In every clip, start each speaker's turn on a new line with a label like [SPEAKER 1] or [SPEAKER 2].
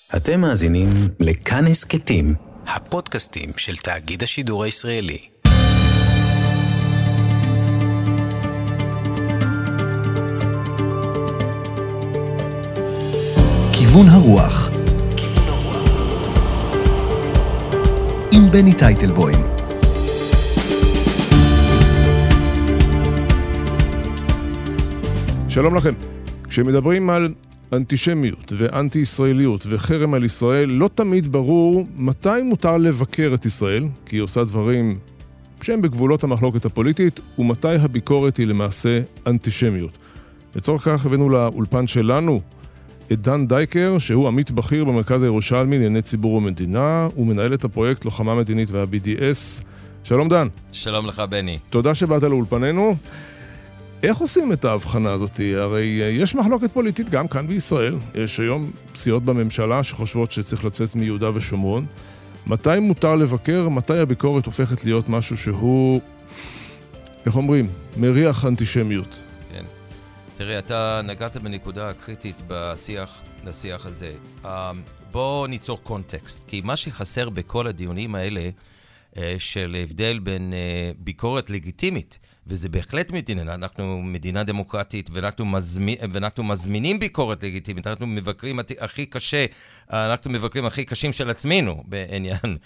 [SPEAKER 1] אתם מאזינים לכאן הסכתים, הפודקאסטים של תאגיד השידור הישראלי.
[SPEAKER 2] כיוון הרוח עם בני טייטלבוים.
[SPEAKER 3] שלום לכם. כשמדברים על אנטישמיות ואנטי-ישראליות וחרם על ישראל, לא תמיד ברור מתי מותר לבקר את ישראל, כי היא עושה דברים שהם בגבולות המחלוקת הפוליטית, ומתי הביקורת היא למעשה אנטישמיות. לצורך כך הבאנו לאולפן שלנו את דן דייקר, שהוא עמית בכיר במרכז הירושלמי לענייני ציבור ומדינה, ומנהל את הפרויקט לוחמה מדינית וה-BDS. שלום דן.
[SPEAKER 4] שלום לך בני.
[SPEAKER 3] תודה שבאת לאולפננו. איך עושים את ההבחנה הזאת? הרי יש מחלוקת פוליטית גם כאן בישראל. יש היום סיעות בממשלה שחושבות שצריך לצאת מיהודה ושומרון. מתי מותר לבקר? מתי הביקורת הופכת להיות משהו שהוא, איך אומרים, מריח אנטישמיות?
[SPEAKER 4] כן. תראה, אתה נגעת בנקודה קריטית בשיח הזה. בוא ניצור קונטקסט, כי מה שחסר בכל הדיונים האלה של הבדל בין ביקורת לגיטימית, וזה בהחלט מדינה, אנחנו מדינה דמוקרטית, ואנחנו מזמינים ביקורת לגיטימית, אנחנו מבקרים הכי קשה, אנחנו מבקרים הכי קשים של עצמנו בעניין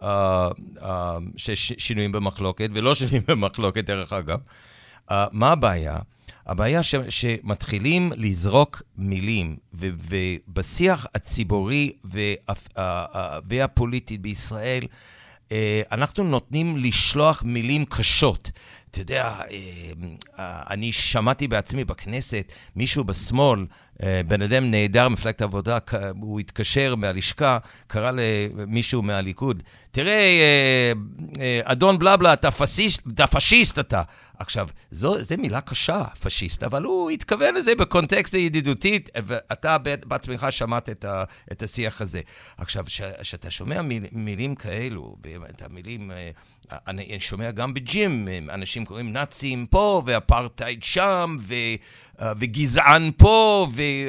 [SPEAKER 4] שינויים במחלוקת, ולא שינויים במחלוקת דרך אגב. מה הבעיה? הבעיה שמתחילים לזרוק מילים, ובשיח הציבורי והפוליטי בישראל, אנחנו נותנים לשלוח מילים קשות. אתה יודע, אני שמעתי בעצמי בכנסת, מישהו בשמאל, בן אדם נהדר מפלגת העבודה, הוא התקשר מהלשכה, קרא למישהו מהליכוד, תראה, אדון בלבלה, אתה פשיסט אתה. עכשיו, זו מילה קשה, פשיסט, אבל הוא התכוון לזה בקונטקסט הידידותית, ואתה בעצמך שמעת את השיח הזה. עכשיו, שאתה שומע מילים כאלו, את המילים, אני שומע גם בג'ים, אנשים קוראים נאצים פה, ואפרטייד שם, וגזען פה,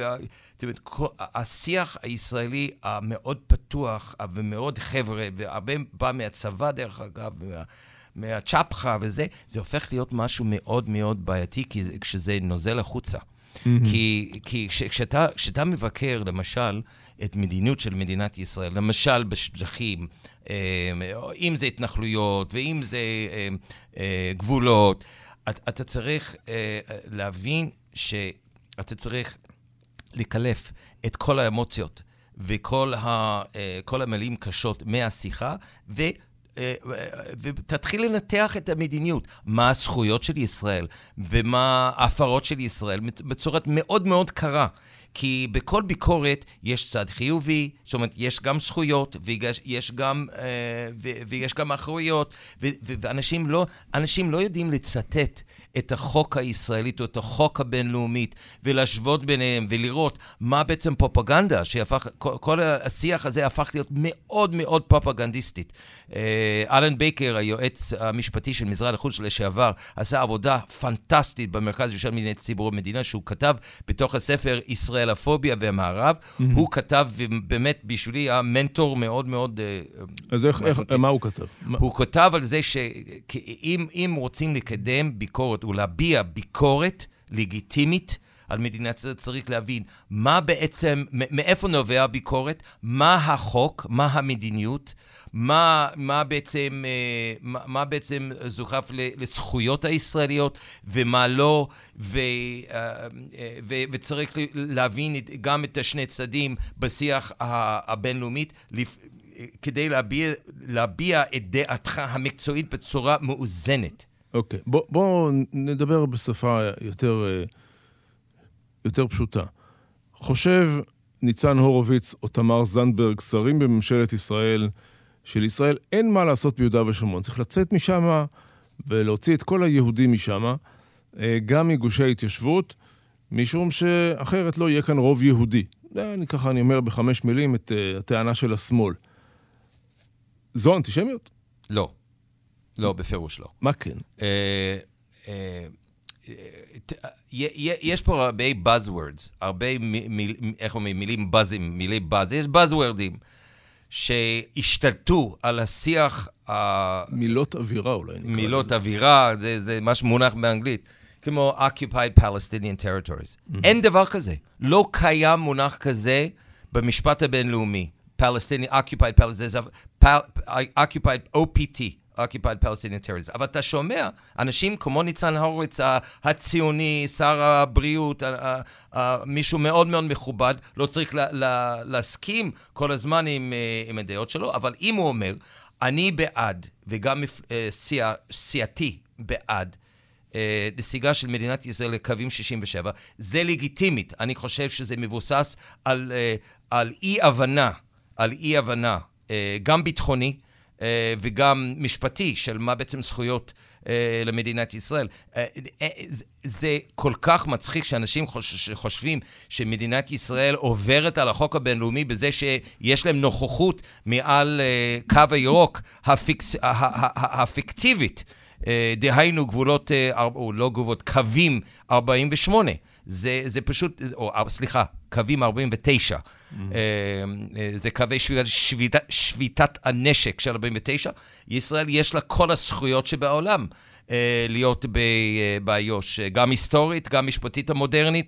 [SPEAKER 4] השיח הישראלי המאוד פתוח, ומאוד חבר'ה, והרבה בא מהצבא דרך אגב, מהצ'פחה וזה, זה הופך להיות משהו מאוד מאוד בעייתי, כשזה נוזל החוצה. כי כשאתה מבקר, למשל, את מדיניות של מדינת ישראל, למשל בשטחים, אם זה התנחלויות, ואם זה גבולות, אתה צריך להבין שאתה צריך לקלף את כל האמוציות, וכל המילים קשות מהשיחה, ותתחיל לנתח את המדיניות, מה הזכויות של ישראל, ומה ההפרות של ישראל, בצורה מאוד מאוד קרה. כי בכל ביקורת יש צד חיובי, זאת אומרת, יש גם זכויות, ויש גם אחריות, ואנשים לא יודעים לצטט את החוק הישראלית או את החוק הבינלאומית, ולהשוות ביניהם, ולראות מה בעצם פרופגנדה, כל השיח הזה הפך להיות מאוד מאוד פרופגנדיסטית. אלן בייקר, היועץ המשפטי של משרד החוץ לשעבר, עשה עבודה פנטסטית במרכז של מדינת ציבור ומדינה, שהוא כתב בתוך הספר ישראלופוביה והמערב, הוא כתב, ובאמת בשבילי המנטור מאוד מאוד...
[SPEAKER 3] אז מה הוא כתב?
[SPEAKER 4] הוא כתב על זה שאם רוצים לקדם ביקורת, או להביע ביקורת לגיטימית על מדינת ישראל, צריך להבין מה בעצם, מאיפה נובע הביקורת, מה החוק, מה המדיניות, מה בעצם זוכף לזכויות הישראליות, ומה לא, וצריך להבין גם את השני צדדים בשיח הבינלאומית, כדי להביע את דעתך המקצועית בצורה מאוזנת.
[SPEAKER 3] אוקיי, בוא נדבר בשפה יותר פשוטה. חושב ניצן הורוביץ או תמר זנדברג, שרים בממשלת ישראל, שלישראל אין מה לעשות ביהודה ושומרון. צריך לצאת משם ולהוציא את כל היהודים משם, גם מגושי ההתיישבות, משום שאחרת לא יהיה כאן רוב יהודי. אני אומר בחמש מילים את הטענה של השמאל. זו אנטישמיות?
[SPEAKER 4] לא. לא, בפירוש לא.
[SPEAKER 3] מה כן?
[SPEAKER 4] יש פה הרבה buzzwords, הרבה איך אומרים, מילים בזים, מילי בז, יש buzzwordים שהשתלטו על השיח...
[SPEAKER 3] מילות אווירה אולי נקרא.
[SPEAKER 4] מילות אווירה, זה משהו מונח באנגלית, כמו occupied Palestinian territories. אין דבר כזה. לא קיים מונח כזה במשפט הבינלאומי. Palestinian, occupied Palestinian, occupied OPT. occupied Palestinian territories. אבל אתה שומע, אנשים כמו ניצן הורוביץ, הציוני, שר הבריאות, מישהו מאוד מאוד מכובד, לא צריך להסכים כל הזמן עם הדעות שלו, אבל אם הוא אומר, אני בעד, וגם סיעתי בעד, נסיגה של מדינת ישראל לקווים 67, זה לגיטימית. אני חושב שזה מבוסס על אי-הבנה, גם ביטחוני, וגם משפטי של מה בעצם זכויות למדינת ישראל. זה כל כך מצחיק שאנשים חושבים שמדינת ישראל עוברת על החוק הבינלאומי בזה שיש להם נוכחות מעל קו הירוק הפיקטיבית, דהיינו גבולות, או לא גבולות, קווים 48. זה פשוט, סליחה, קווים 49. זה קווי שביתת הנשק של 49. ישראל יש לה כל הזכויות שבעולם להיות באיו"ש, גם היסטורית, גם משפטית המודרנית,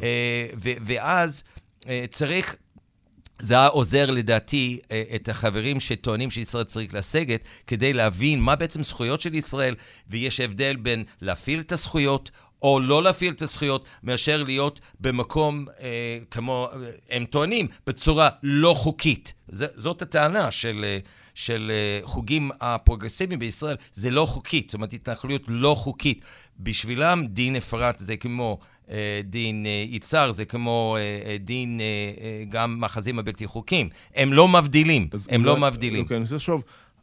[SPEAKER 4] ואז צריך, זה עוזר לדעתי את החברים שטוענים שישראל צריך לסגת, כדי להבין מה בעצם זכויות של ישראל, ויש הבדל בין להפעיל את הזכויות, או לא להפעיל את הזכויות, מאשר להיות במקום, כמו הם טוענים, בצורה לא חוקית. זאת הטענה של חוגים הפרוגרסיביים בישראל, זה לא חוקית, זאת אומרת, התנחלויות לא חוקית. בשבילם דין אפרת זה כמו דין יצר, זה כמו דין גם מאחזים הבלתי חוקיים. הם לא מבדילים, הם לא מבדילים.
[SPEAKER 3] אוקיי, אני רוצה לשאול,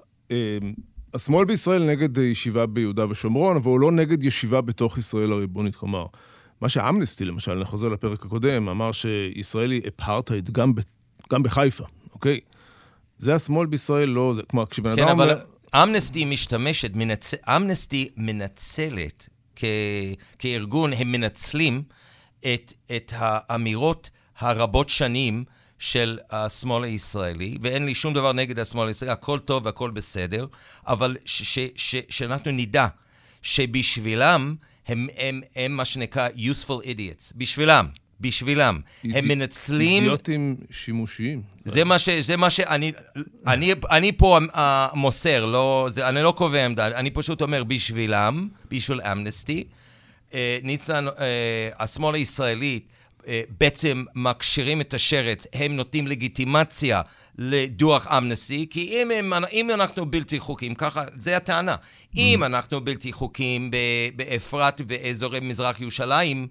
[SPEAKER 3] השמאל בישראל נגד ישיבה ביהודה ושומרון, אבל הוא לא נגד ישיבה בתוך ישראל הריבונית. כלומר, מה שהאמנסטי, למשל, אני חוזר לפרק הקודם, אמר שישראל היא אפרטהייד גם בחיפה, אוקיי? זה השמאל בישראל, לא... כלומר, כשבן אדם...
[SPEAKER 4] כן, אבל אמנסטי משתמשת, אמנסטי מנצלת, כארגון, הם מנצלים את האמירות הרבות שנים של השמאל הישראלי, ואין לי שום דבר נגד השמאל הישראלי, הכל טוב והכל בסדר, אבל שאנחנו נדע שבשבילם הם מה שנקרא useful idiots, בשבילם. הם מנצלים...
[SPEAKER 3] אידיוטים שימושיים.
[SPEAKER 4] זה מה אני פה מוסר, אני לא קובע עמדה, אני פשוט אומר בשבילם, בשביל אמנסטי, ניצן, השמאל הישראלי, בעצם מקשירים את השרץ, הם נותנים לגיטימציה לדוח אמנסטי, כי אם אנחנו בלתי חוקיים, ככה, זה הטענה. אם אנחנו בלתי חוקיים באפרת ואזורי מזרח ירושלים,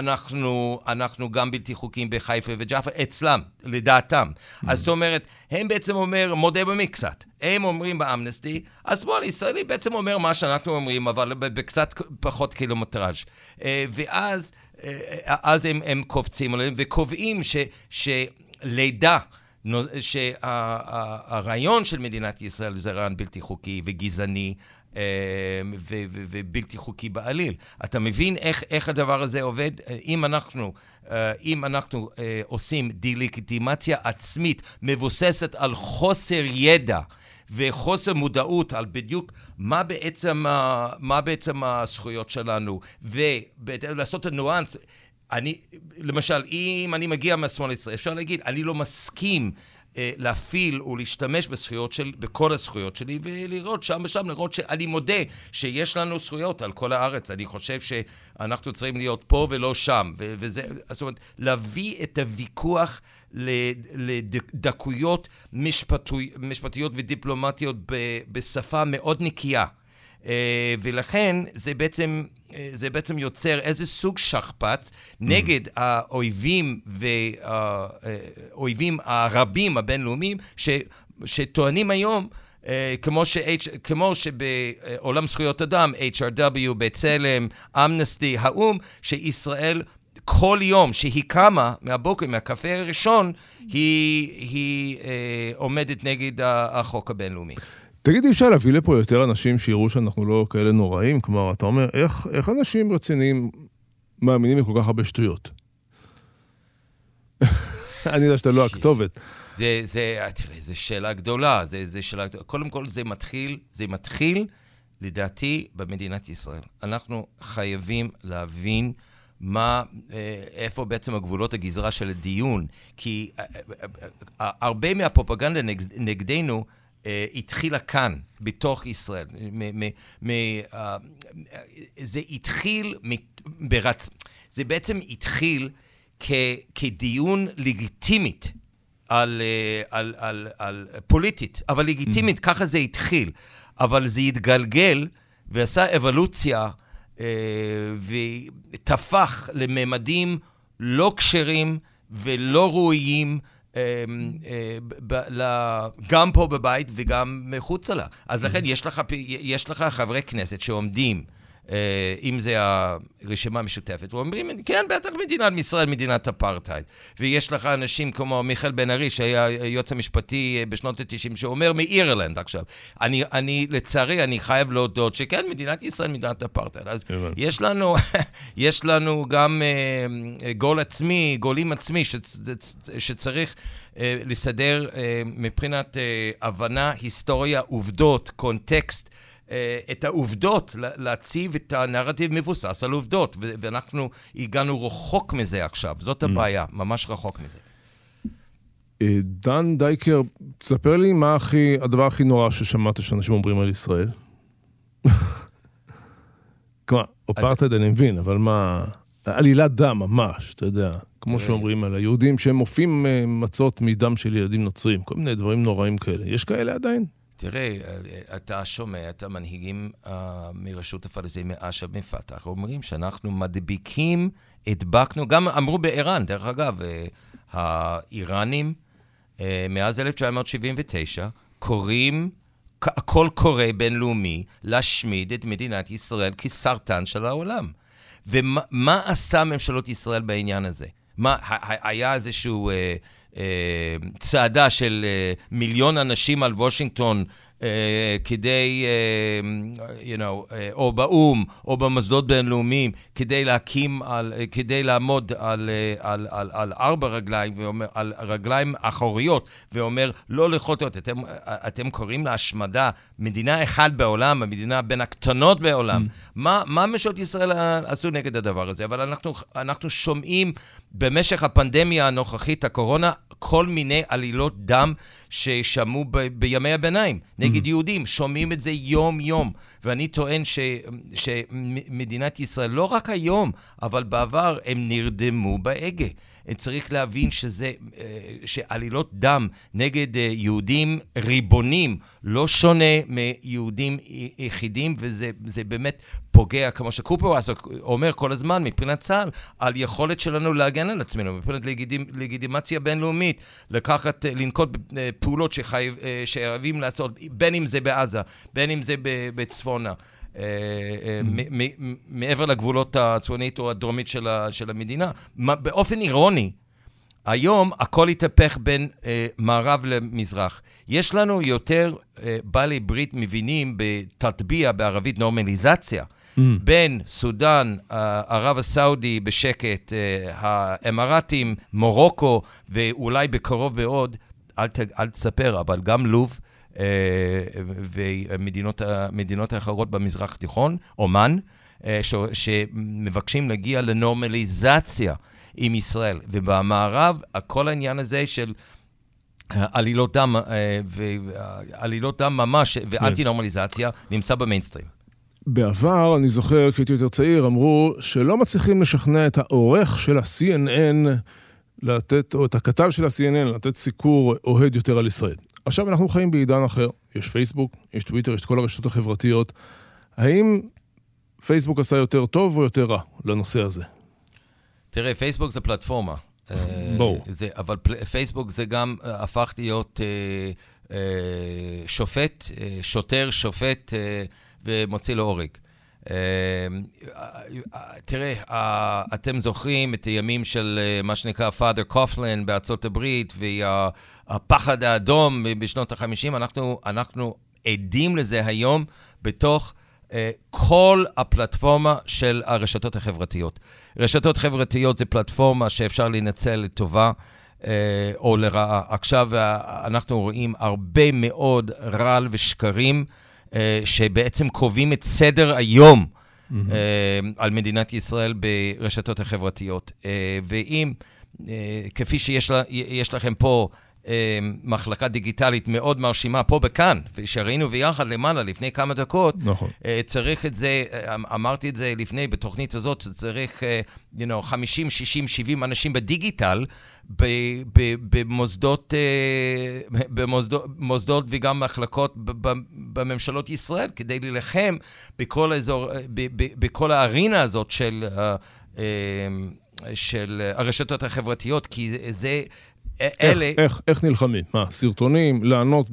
[SPEAKER 4] אנחנו גם בלתי חוקיים בחיפה וג'אפה, אצלם, לדעתם. אז זאת אומרת, הם בעצם אומר, מודה במקצת. הם אומרים באמנסטי, השמאל הישראלי בעצם אומר מה שאנחנו אומרים, אבל בקצת פחות קילומטראז'. ואז הם קופצים עליהם וקובעים שלידה, שהרעיון של מדינת ישראל זה רעיון בלתי חוקי וגזעני ובלתי חוקי בעליל. אתה מבין איך הדבר הזה עובד? אם אנחנו עושים דה-לגיטימציה עצמית מבוססת על חוסר ידע וחוסר מודעות על בדיוק מה בעצם הזכויות שלנו, ולעשות את הניואנס. למשל, אם אני מגיע מהשמאל הישראלי, אפשר להגיד, אני לא מסכים להפעיל ולהשתמש בכל הזכויות שלי, ולראות שם ושם, לראות שאני מודה שיש לנו זכויות על כל הארץ. אני חושב שאנחנו צריכים להיות פה ולא שם. זאת אומרת, להביא את הוויכוח לדקויות משפטיות ודיפלומטיות בשפה מאוד נקייה. ולכן זה בעצם יוצר איזה סוג שכפ"ץ נגד האויבים והאויבים הרבים הבינלאומיים שטוענים היום, כמו שבעולם זכויות אדם, HRW, בצלם, אמנסטי, האום, שישראל כל יום שהיא קמה מהבוקר, מהקפה הראשון, היא עומדת נגד החוק הבינלאומי.
[SPEAKER 3] תגיד, אפשר להביא לפה יותר אנשים שיראו שאנחנו לא כאלה נוראים? כלומר, אתה אומר, איך אנשים רציניים מאמינים עם כל כך הרבה שטויות? אני יודע שאתה לא הכתובת.
[SPEAKER 4] זה שאלה גדולה. קודם כל, זה מתחיל, לדעתי, במדינת ישראל. אנחנו חייבים להבין איפה בעצם הגבולות הגזרה של הדיון, כי הרבה מהפרופגנדה נגדנו התחילה כאן, בתוך ישראל. זה בעצם התחיל כדיון לגיטימית על פוליטית, אבל לגיטימית, ככה זה התחיל. אבל זה התגלגל ועשה אבולוציה ותפח לממדים לא כשרים ולא ראויים, גם פה בבית וגם מחוץ לה. אז לכן יש לך חברי כנסת שעומדים, אם זה הרשימה המשותפת, ואומרים, כן, בטח מדינת ישראל, מדינת אפרטהייד. ויש לך אנשים כמו מיכאל בן ארי, שהיה יועץ המשפטי בשנות ה-90, שאומר מאירלנד עכשיו. לצערי, אני חייב להודות שכן, מדינת ישראל, מדינת אפרטהייד. אז יש לנו גם גולים עצמי, שצריך לסדר מבחינת הבנה, היסטוריה, עובדות, קונטקסט, את העובדות, להציב את הנרטיב מבוסס על עובדות, ואנחנו הגענו רחוק מזה עכשיו. זאת הבעיה, ממש רחוק מזה.
[SPEAKER 3] דן דייקר, תספר לי מה הדבר הכי נורא ששמעת שאנשים אומרים על ישראל. כלומר, אפרטהייד אני מבין, אבל מה... עלילת דם ממש, אתה יודע, כמו שאומרים על היהודים, שהם מופיעים מצות מדם של ילדים נוצרים, כל מיני דברים נוראים כאלה. יש כאלה עדיין?
[SPEAKER 4] תראה, אתה שומע את המנהיגים מרשות הפלסטינית, מאש"ף, מפתח, אומרים שאנחנו מדביקים, הדבקנו, גם אמרו באיראן, דרך אגב, האיראנים, מאז 1979, קוראים, הכל קורא בינלאומי, להשמיד את מדינת ישראל כסרטן של העולם. ומה עשה ממשלות ישראל בעניין הזה? היה איזשהו צעדה של מיליון אנשים על וושינגטון כדי, או באום, או במוסדות בינלאומיים, כדי לעמוד על 4 רגליים, על רגליים אחוריות, ואומר, לא לחוטאות, אתם קוראים להשמדה, מדינה אחת בעולם, המדינה בין הקטנות בעולם. מה ממשלות ישראל עשו נגד הדבר הזה? אבל אנחנו שומעים במשך הפנדמיה הנוכחית, הקורונה, כל מיני עלילות דם ששמעו בימי הביניים, נגד יהודים, שומעים את זה יום-יום. ואני טוען שמדינת ישראל, לא רק היום, אבל בעבר, הם נרדמו בהגה. צריך להבין שעלילות דם נגד יהודים ריבונים לא שונה מיהודים יחידים, וזה באמת פוגע, כמו שקופר אומר כל הזמן, מבחינת צה"ל, על יכולת שלנו להגן על עצמנו, מבחינת לגיטימציה בינלאומית, לנקוט פעולות שחייבים לעשות, בין אם זה בעזה, בין אם זה בצפונה. מעבר לגבולות הצפונית או הדרומית של המדינה. באופן אירוני, היום הכל התהפך בין מערב למזרח. יש לנו יותר בעלי ברית מבינים בתטביע בערבית נורמליזציה, בין סודן, ערב הסעודי בשקט, האמרתים, מורוקו, ואולי בקרוב מאוד, אל תספר, אבל גם לוב, ומדינות האחרות במזרח התיכון, אומן, שמבקשים להגיע לנורמליזציה עם ישראל. ובמערב, כל העניין הזה של עלילות דם, ועלילות דם ממש, ואנטי-נורמליזציה, נמצא במיינסטרים.
[SPEAKER 3] בעבר, אני זוכר, כשהייתי יותר צעיר, אמרו שלא מצליחים לשכנע את העורך של ה-CNN לתת, או את הכתב של ה-CNN, לתת סיקור אוהד יותר על ישראל. עכשיו אנחנו חיים בעידן אחר. יש פייסבוק, יש טוויטר, יש את כל הרשתות החברתיות. האם פייסבוק עשה יותר טוב או יותר רע לנושא הזה?
[SPEAKER 4] תראה, פייסבוק זה פלטפורמה.
[SPEAKER 3] ברור.
[SPEAKER 4] אבל פייסבוק זה גם הפך להיות שופט, שוטר, שופט ומוציא לו אורג. תראה, אתם זוכרים את הימים של מה שנקרא פאדר קופלן בארצות הברית, והפחד האדום בשנות ה-50, אנחנו עדים לזה היום בתוך כל הפלטפורמה של הרשתות החברתיות. רשתות חברתיות זה פלטפורמה שאפשר לנצל לטובה או לרעה. עכשיו אנחנו רואים הרבה מאוד רעל ושקרים שבעצם קובעים את סדר היום על מדינת ישראל ברשתות החברתיות. ואם, כפי שיש לכם פה, מחלקה דיגיטלית מאוד מרשימה פה בכאן, ושראינו ביחד למעלה לפני כמה דקות, נכון. צריך את זה, אמרתי את זה לפני בתוכנית הזאת, שצריך 50, 60, 70 אנשים בדיגיטל, במוסדות וגם מחלקות בממשלות ישראל, כדי להילחם בכל האזור, בכל הארינה הזאת של הרשתות החברתיות, כי זה
[SPEAKER 3] איך נלחמים? מה, סרטונים? לענות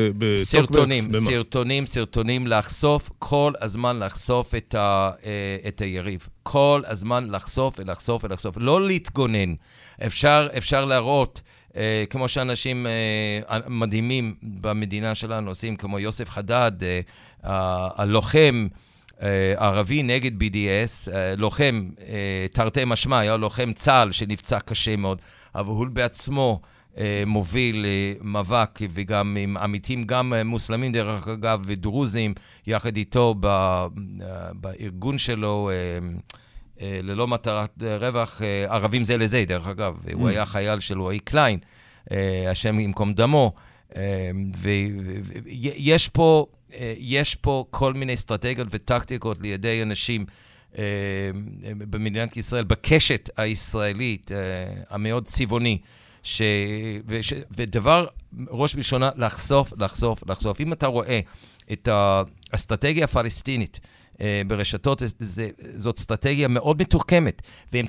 [SPEAKER 4] סרטונים, לחשוף, כל הזמן לחשוף את היריב. כל הזמן לחשוף ולחשוף. לא להתגונן. אפשר להראות, כמו שאנשים מדהימים במדינה שלנו עושים, כמו יוסף חדד, הלוחם ערבי נגד BDS, לוחם תרתי משמע, היה לוחם צה"ל שנפצע קשה מאוד, אבל הוא בעצמו מוביל מאבק, וגם עם עמיתים, גם מוסלמים דרך אגב, ודרוזים, יחד איתו בארגון שלו, ללא מטרת רווח, ערבים זה לזה דרך אגב, הוא היה חייל של רועי קליין, השם ימקום דמו, ויש פה כל מיני אסטרטגיות וטקטיקות לידי אנשים במדינת ישראל, בקשת הישראלית המאוד צבעוני, ודבר ראש בלשונה לחשוף. אם אתה רואה את האסטרטגיה הפלסטינית ברשתות, זאת אסטרטגיה מאוד מתוחכמת, והם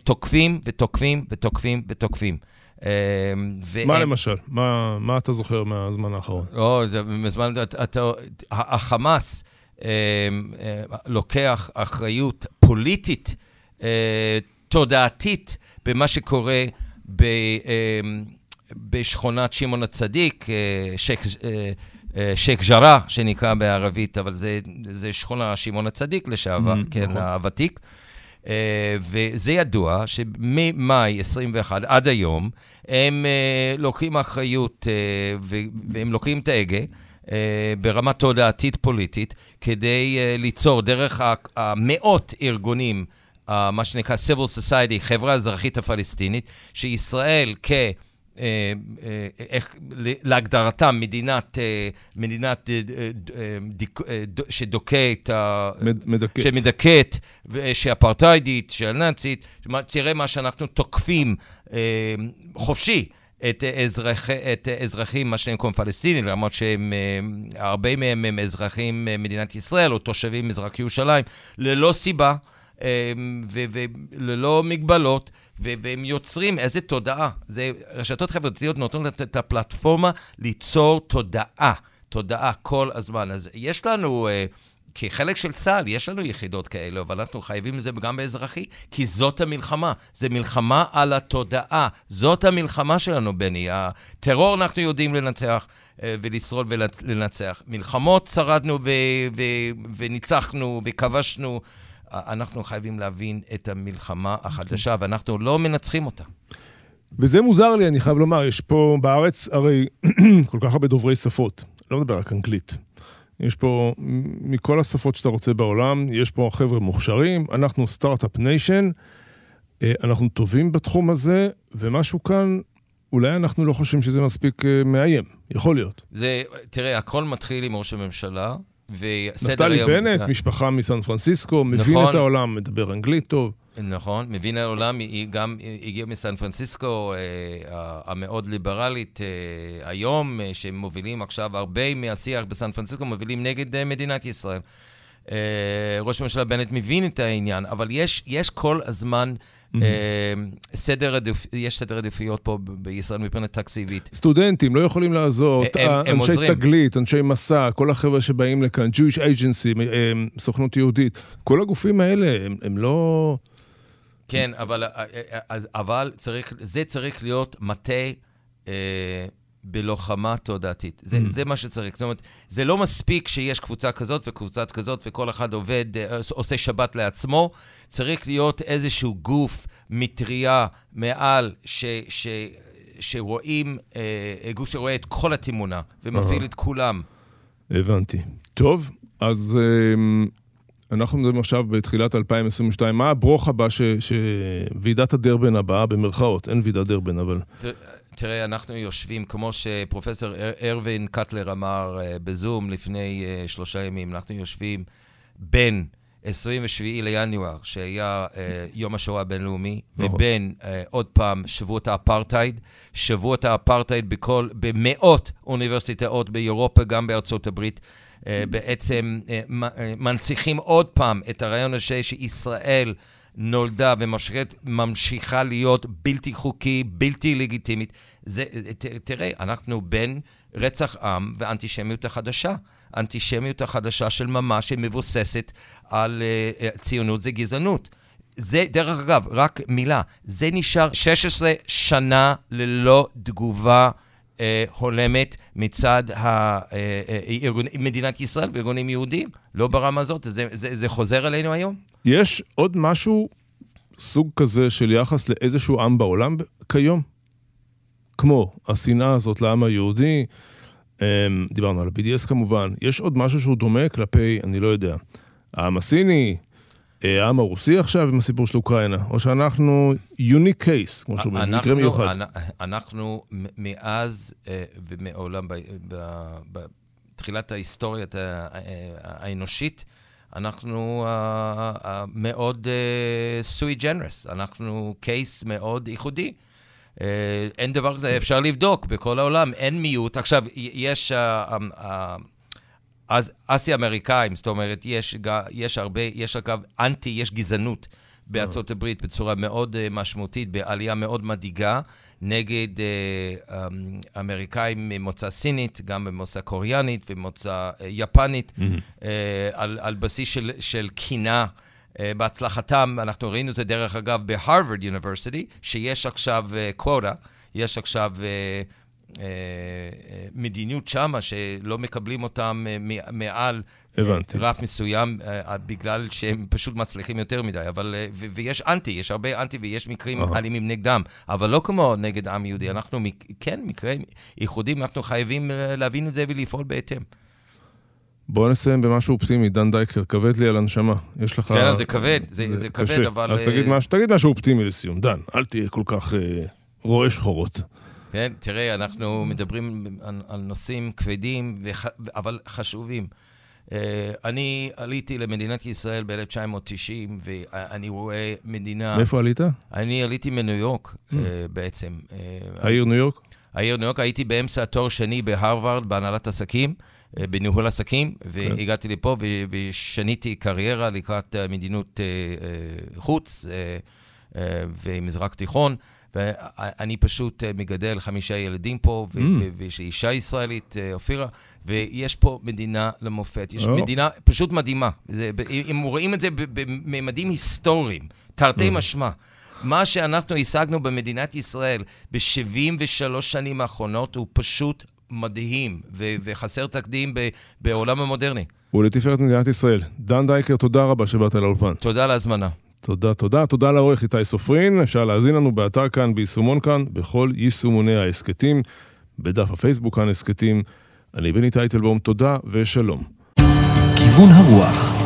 [SPEAKER 4] תוקפים.
[SPEAKER 3] מה למשל? מה אתה זוכר מהזמן האחרון?
[SPEAKER 4] החמאס לוקח אחריות פוליטית, תודעתית, במה שקורה בשכונת שמעון הצדיק, שייך ג'רה, שנקרא בערבית, אבל זה שכונה שמעון הצדיק לשעבר, כן, הוותיק. וזה ידוע שממאי 21 עד היום, הם לוקחים אחריות והם לוקחים את ההגה ברמה תודעתית פוליטית, כדי ליצור דרך המאות ארגונים, מה שנקרא Civil Society, חברה אזרחית הפלסטינית, שישראל להגדרתה מדינת שדוקאת, שמדכאת, שאפרטיידית, שהנאצית, תראה מה שאנחנו תוקפים חופשי את אזרחים, מה שנקרא פלסטינים, למרות שהרבה מהם הם אזרחים מדינת ישראל, או תושבים מזרח ירושלים, ללא סיבה וללא מגבלות, והם יוצרים איזו תודעה. רשתות חברתיות נותנות את הפלטפורמה ליצור תודעה כל הזמן. אז יש לנו, כחלק של צה"ל, יש לנו יחידות כאלה, אבל אנחנו חייבים לזה גם באזרחי, כי זאת המלחמה. זה מלחמה על התודעה. זאת המלחמה שלנו, בני. הטרור אנחנו יודעים לנצח ולשרוד ולנצח. מלחמות שרדנו וניצחנו וכבשנו. אנחנו חייבים להבין את המלחמה החדשה, ואנחנו לא מנצחים אותה.
[SPEAKER 3] וזה מוזר לי, אני חייב לומר, יש פה בארץ הרי כל כך הרבה דוברי שפות, לא מדבר רק אנגלית. יש פה מכל השפות שאתה רוצה בעולם, יש פה חבר'ה מוכשרים, אנחנו סטארט-אפ ניישן, אנחנו טובים בתחום הזה, ומשהו כאן, אולי אנחנו לא חושבים שזה מספיק מאיים, יכול להיות.
[SPEAKER 4] תראה, הכל מתחיל עם ראש הממשלה,
[SPEAKER 3] נפתלי בנט, משפחה מסן פרנסיסקו, מבין את העולם, מדבר אנגלית טוב.
[SPEAKER 4] נכון, מבין העולם, היא גם הגיעה מסן פרנסיסקו, המאוד ליברלית היום, שמובילים עכשיו הרבה מהשיח בסן פרנסיסקו, מובילים נגד מדינת ישראל. ראש הממשלה בנט מבין את העניין, אבל יש כל הזמן יש סדר עדיפויות פה בישראל מבחינת תקציבית.
[SPEAKER 3] סטודנטים לא יכולים לעזור, אנשי תגלית, אנשי מסע, כל החבר'ה שבאים לכאן, Jewish Agency, סוכנות יהודית, כל הגופים האלה הם לא...
[SPEAKER 4] כן, אבל זה צריך להיות מטה בלוחמה תודעתית. זה מה שצריך. זאת אומרת, זה לא מספיק שיש קבוצה כזאת וקבוצת כזאת, וכל אחד עושה שבת לעצמו. צריך להיות איזשהו גוף מטריה מעל שרואים, גוף שרואה את כל התמונה, ומפעיל את כולם.
[SPEAKER 3] הבנתי. טוב, אז אנחנו מדברים עכשיו בתחילת 2022. מה הברוך הבא שוועידת הדרבן הבאה, במרכאות? אין ועידת דרבן, אבל...
[SPEAKER 4] תראה, אנחנו יושבים, כמו שפרופסור ארווין קטלר אמר בזום לפני 3 ימים, אנחנו יושבים בין 27 לינואר, שהיה יום השואה הבינלאומי, ובין עוד פעם שבועות האפרטייד. שבועות האפרטייד במאות אוניברסיטאות באירופה, גם בארצות הברית, בעצם מנציחים עוד פעם את הרעיון הזה שישראל נולדה וממשיכה להיות בלתי חוקי, בלתי לגיטימית. תראה, אנחנו בין רצח עם ואנטישמיות החדשה. אנטישמיות החדשה של ממש שמבוססת על ציונות, זה גזענות. זה, דרך אגב, רק מילה, זה נשאר 16 שנה ללא תגובה הולמת מצד מדינת ישראל וארגונים יהודים. לא ברמה הזאת, זה חוזר אלינו היום?
[SPEAKER 3] יש עוד משהו, סוג כזה של יחס לאיזשהו עם בעולם כיום? כמו השנאה הזאת לעם היהודי, דיברנו על ה-BDS כמובן, יש עוד משהו שהוא דומה כלפי, אני לא יודע, העם הסיני, העם הרוסי עכשיו עם הסיפור של אוקראינה, או שאנחנו unique case, כמו שאומרים, מקרה מיוחד.
[SPEAKER 4] אנחנו מאז ומעולם, בתחילת ההיסטוריה האנושית, אנחנו מאוד sui generis, אנחנו קייס מאוד ייחודי. אין דבר כזה, אפשר לבדוק בכל העולם, אין מיעוט. עכשיו, יש אסיה-אמריקאים, זאת אומרת, יש הרבה, יש אגב אנטי, יש גזענות בארצות הברית בצורה מאוד משמעותית, בעלייה מאוד מדאיגה, נגד אמריקאים ממוצא סינית, גם ממוצא קוריאנית ומוצא יפנית, על בסיס של קינה, בהצלחתם, אנחנו ראינו זה דרך אגב בהרווארד יוניברסיטי, שיש עכשיו קוטה, יש עכשיו מדיניות שמה שלא מקבלים אותם מעל רף מסוים, בגלל שהם פשוט מצליחים יותר מדי, אבל, ויש אנטי, יש הרבה אנטי ויש מקרים אלימים נגדם, אבל לא כמו נגד עם יהודי, אנחנו כן, מקרים ייחודים, אנחנו חייבים להבין את זה ולפעול בהתאם.
[SPEAKER 3] בואו נסיים במשהו אופטימי, דן דייקר, כבד לי על הנשמה. יש לך...
[SPEAKER 4] כן, זה כבד, זה כבד, אבל...
[SPEAKER 3] אז תגיד משהו אופטימי לסיום, דן, אל תהיה כל כך רואה שחורות.
[SPEAKER 4] כן, תראה, אנחנו מדברים על נושאים כבדים, אבל חשובים. אני עליתי למדינת ישראל ב-1990, ואני רואה מדינה...
[SPEAKER 3] מאיפה עלית?
[SPEAKER 4] אני עליתי מניו יורק, בעצם.
[SPEAKER 3] העיר ניו יורק?
[SPEAKER 4] העיר ניו יורק, הייתי באמצע התואר שני בהרווארד, בהנהלת עסקים, בניהול עסקים, והגעתי לפה ושניתי קריירה לקראת מדיניות חוץ ומזרח תיכון, ואני פשוט מגדל 5 ילדים פה, ויש לי אישה ישראלית, אופירה, ויש פה מדינה למופת, יש מדינה פשוט מדהימה. אם רואים את זה בממדים היסטוריים, תרתי משמע, מה שאנחנו השגנו במדינת ישראל ב-73 שנים האחרונות הוא פשוט מדהים וחסר תקדים בעולם המודרני. ולתפארת מדינת ישראל. דן דייקר, תודה רבה שבאת לאולפן. תודה על ההזמנה.
[SPEAKER 3] תודה לעורך איתי סופרין. אפשר להזין לנו באתר כאן, ביישומון כאן, בכל יישומוני העסקתים, בדף הפייסבוק כאן עסקתים. אני בני טייטלבום, תודה ושלום.
[SPEAKER 2] כיוון הרוח